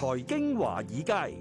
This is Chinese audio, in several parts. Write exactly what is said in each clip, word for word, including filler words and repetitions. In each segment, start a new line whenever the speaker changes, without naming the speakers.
財經華爾街，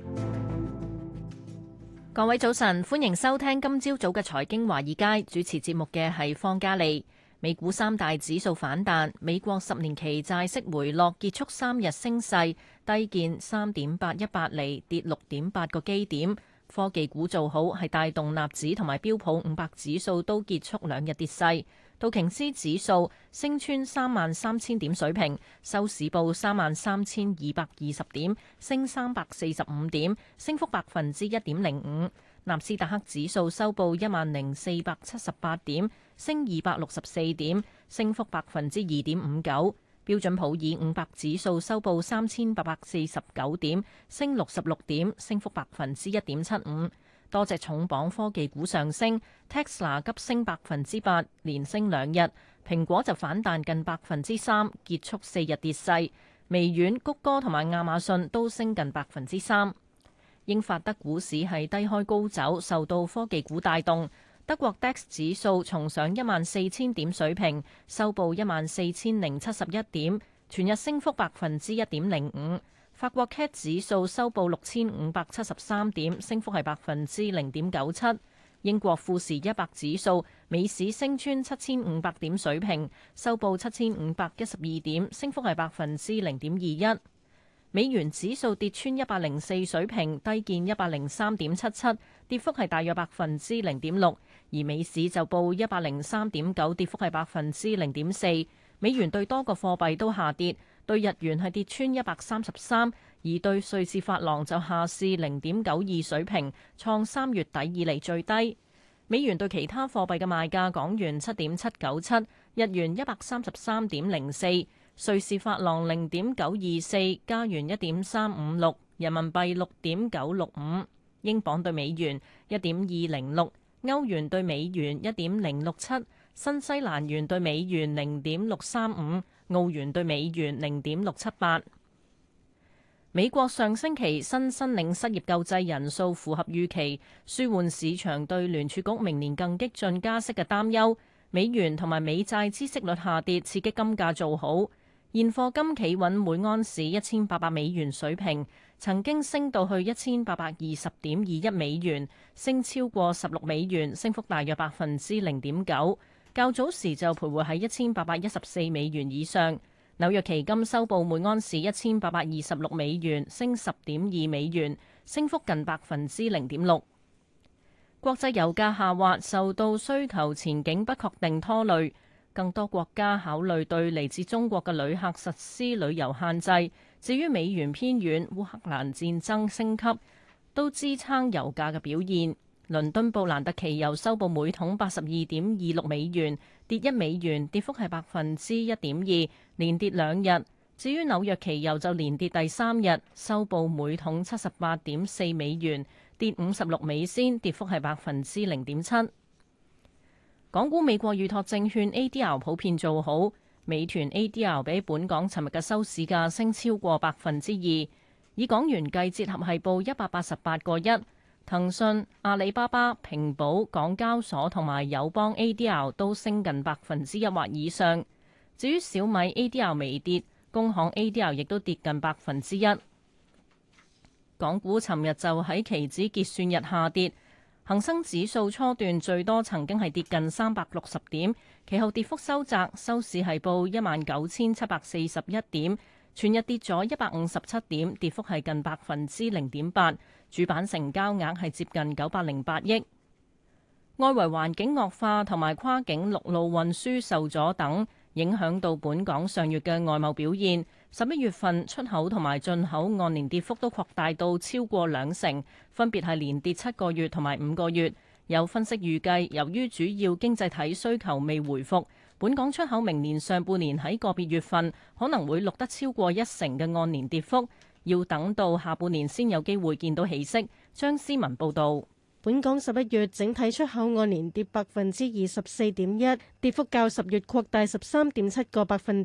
各位早晨，歡迎收聽今朝早嘅財經華爾街，主持節目嘅係方嘉利。美股三大指數反彈，美國十年期債息回落，結束三日升勢，低見三點八一八厘，跌六點八個基點。科技股做好，係帶動納指同埋標普五百指數都結束兩日跌勢。道瓊斯指數升穿三萬三千點水平，收市報三萬三千二百二十點，升三百四十五點，升幅百分之一點零五。納斯達克指數收報一萬零四百七十八點，升二百六十四點，升幅百分之二點五九。標準普爾五百指數收報三千八百四十九點，升六十六點，升幅百分之一點七五。多隻重磅科技股上升 ，Tesla 急升百分之八，連升兩日；蘋果就反彈近百分之三，結束四日跌勢。微軟、谷歌同埋亞馬遜都升近百分之三。英法德股市係低開高走，受到科技股帶動。德國 D A X 指數重上一萬四千點水平，收報一萬四千零七十一點，全日升幅百分之一點零五。法國 C A C 指數收報六千五百七十三點，升幅係百分之零點九七。英國富時一百指數美市升穿七千五百點水平，收報七千五百一十二點，升幅係百分之零點二一。美元指數跌穿一百零四水平，低見一百零三點七七，跌幅係大約百分之零點六。而美市就報一百零三點九，跌幅係百分之零點四。美元對多個貨幣都下跌，對日元係跌穿一百三十三，而對瑞士法郎就下試零點九二水平，創三月底以嚟最低。美元對其他貨幣嘅賣價：港元七點七九七，日元一百三十三點零四，瑞士法郎零點九二四，加元一點三五六，人民幣六點九六五，英鎊對美元一點二零六，歐元對美元一點零六七，新西蘭元對美元零點六三五，澳元對美元零點六七八。美國上星期新申領失業救濟人數符合預期，舒緩市場對聯儲局明年更激進加息嘅擔憂。美元同埋美債孳息率下跌，刺激金價做好。現貨金企穩每盎司一千八百美元水平，曾經升到去一千八百二十點二一美元，升超過十六美元，升幅大約百分之零點九。較早時就徘徊喺一千八百一十四美元以上。紐約期金收報每盎司一千八百二十六美元，升十點二美元，升幅近百分之零點六。國際油價下滑，受到需求前景不確定拖累。更多國家考慮對嚟自中國嘅旅客實施旅遊限制。至於美元偏軟，烏克蘭戰爭升級都支撐油價嘅表現。倫敦布蘭特期油收報每桶八十二點二六美元，跌一美元，跌幅係百分之一點二，連跌兩日。至於紐約期油就連跌第三日，收報每桶七十八點四美元，跌五十六美仙，跌幅係百分之零點七。港股美國預託證券 A D R 普遍做好，美團 A D R 比本港尋日嘅收市價升超過百分之二，以港元計折合係報一百八十八個一。騰訊、阿里巴巴、平保、港交所同埋友邦 A D R 都升近百分之一或以上。至於小米 A D R 微跌，工行 A D R 亦都跌近百分之一。港股尋日就喺期指結算日下跌，恒生指數初段最多曾經係跌近三百六十點，其後跌幅收窄，收市係報一萬九千七百四十一點。全日跌咗一百五十七點，跌幅係近百分之零點八。主板成交額係接近九百零八億。外圍環境惡化同埋跨境陸路運輸受阻等，影響到本港上月嘅外貿表現。十一月份出口同埋進口按年跌幅都擴大到超過兩成，分別係連跌七個月同埋五個月。有分析預計，由於主要經濟體需求未回復，本港出口明年上半年喺個別月份可能會錄得超過一成嘅按年跌幅，要等到下半年先有機會見到起色。張思文報導。
本港十一月整體出口按年跌百分之二十四點一，跌幅較十月擴大十三點七個百分點。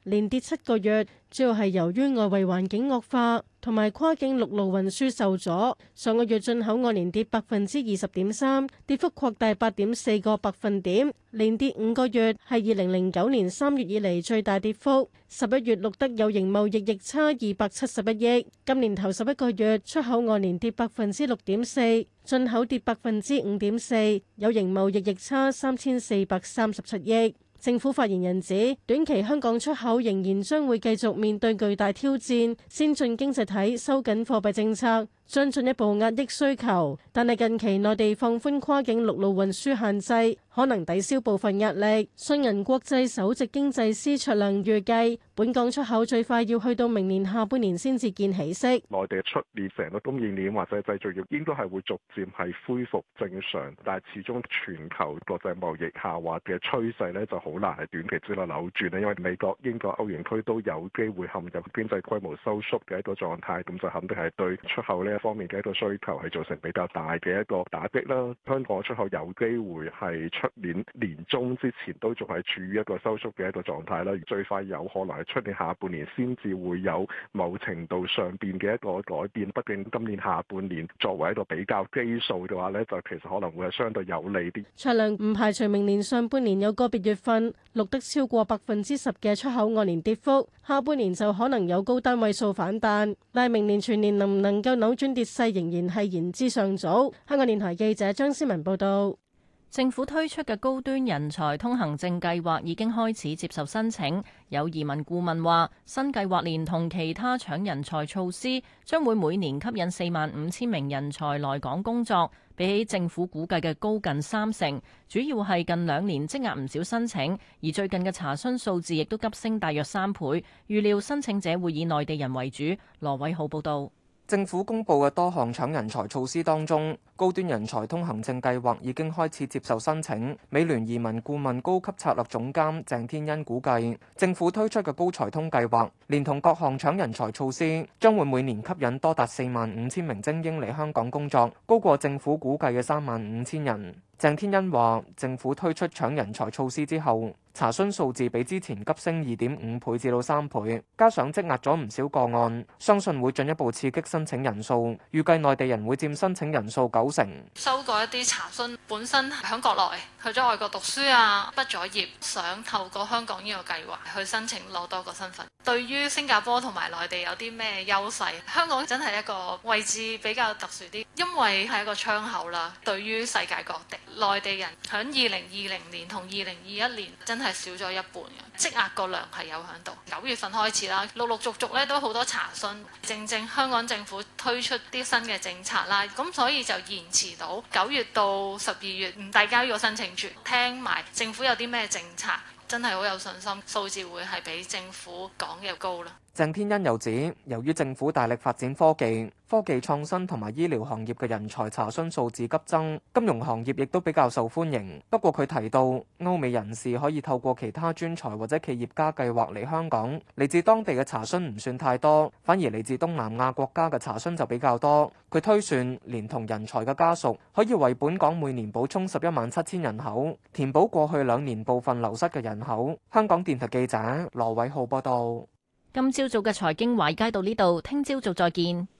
連跌七個月，主要係由於外圍環境惡化同埋跨境陸路運輸受阻。上個月進口按年跌百分之二十點三，跌幅擴大八點四個百分點，連跌五個月，係二零零九年三月以嚟最大跌幅。十一月錄得有形貿易逆差二百七十一億。今年頭十一個月出口按年跌百分之六點四，進口跌百分之五點四，有形貿易逆差三千四百三十七億。政府發言人指，短期香港出口仍然將會繼續面對巨大挑戰，先進經濟體收緊貨幣政策將進一步壓抑需求，但係近期內地放寬跨境陸路運輸限制，可能抵消部分壓力。信銀國際首席經濟師卓亮預計，本港出口最快要去到明年下半年先至見起色。
內地出年成個供應鏈或者製造業應該係會逐漸係恢復正常，但係始終全球國際貿易下滑嘅趨勢咧就好難係短期之內扭轉咧，因為美國、英國、歐元區都有機會陷入經濟規模收縮嘅一個狀態，咁就肯定係對出口呢方面嘅一個需求係造成比較大嘅一個打擊啦。香港出口有機會係出年年中之前都仲係處於一個收縮嘅一個狀態啦，最快有可能係出年下半年先至會有某程度上邊嘅一個改變。畢竟今年下半年作為一個比較基數嘅話呢，就其實可能會係相對有利啲。
卓亮唔排除明年上半年有個別月份錄得超過百分之十嘅出口按年跌幅，下半年就可能有高單位數反彈，但係明年全年能唔能夠扭轉跌勢仍然係言之尚早。香港電台記者張思文報道。
政府推出嘅高端人才通行證計劃已經開始接受申請，有移民顧問話，新計劃連同其他搶人才措施，將會每年吸引四萬五千名人才來港工作，比起政府估計嘅高近三成。主要係近兩年積壓唔少申請，而最近嘅查詢數字亦都急升大約三倍，預料申請者會以內地人為主。羅偉浩報導。
政府公布嘅多項搶人才措施當中，高端人才通行證計劃已經開始接受申請。美聯移民顧問高級策略總監鄭天恩估計，政府推出嘅高才通計劃，連同各項搶人才措施，將會每年吸引多達四萬五千名精英嚟香港工作，高過政府估計嘅三萬五千人。鄭天恩話，政府推出搶人才措施之後，查詢數字比之前急升二點五倍至到三倍，加上積壓咗唔少個案，相信會進一步刺激申請人數，預計內地人會佔申請人數九成。
收過一啲查詢，本身喺國內去咗外國讀書啊，畢咗業想透過香港呢個計劃去申請攞多個身份。對於新加坡同埋內地有啲咩優勢？香港真係一個位置比較特殊啲，因為係一個窗口啦。對於世界各地，內地人響二零二零年同二零二一年真係少咗一半嘅，積壓個量係有喺度。九月份開始啦，陸陸續續咧都好多查詢，正正香港政府推出啲新嘅政策啦，咁所以就延遲到九月到十二月唔遞交呢個申請住，聽埋政府有啲咩政策，真係好有信心，數字會係比政府講嘅高啦。
鄭天恩又指，由於政府大力發展科技、科技創新同埋醫療行業嘅人才查詢數字急增，金融行業亦都比較受歡迎。不過佢提到，歐美人士可以透過其他專才或者企業家計劃嚟香港，嚟自當地嘅查詢唔算太多，反而嚟自東南亞國家嘅查詢就比較多。佢推算，連同人才嘅家屬，可以為本港每年補充十一萬七千人口，填補過去兩年部分流失嘅人口。香港電台記者羅偉浩報道。
今朝早嘅財經華爾街到呢度，聽朝早再見。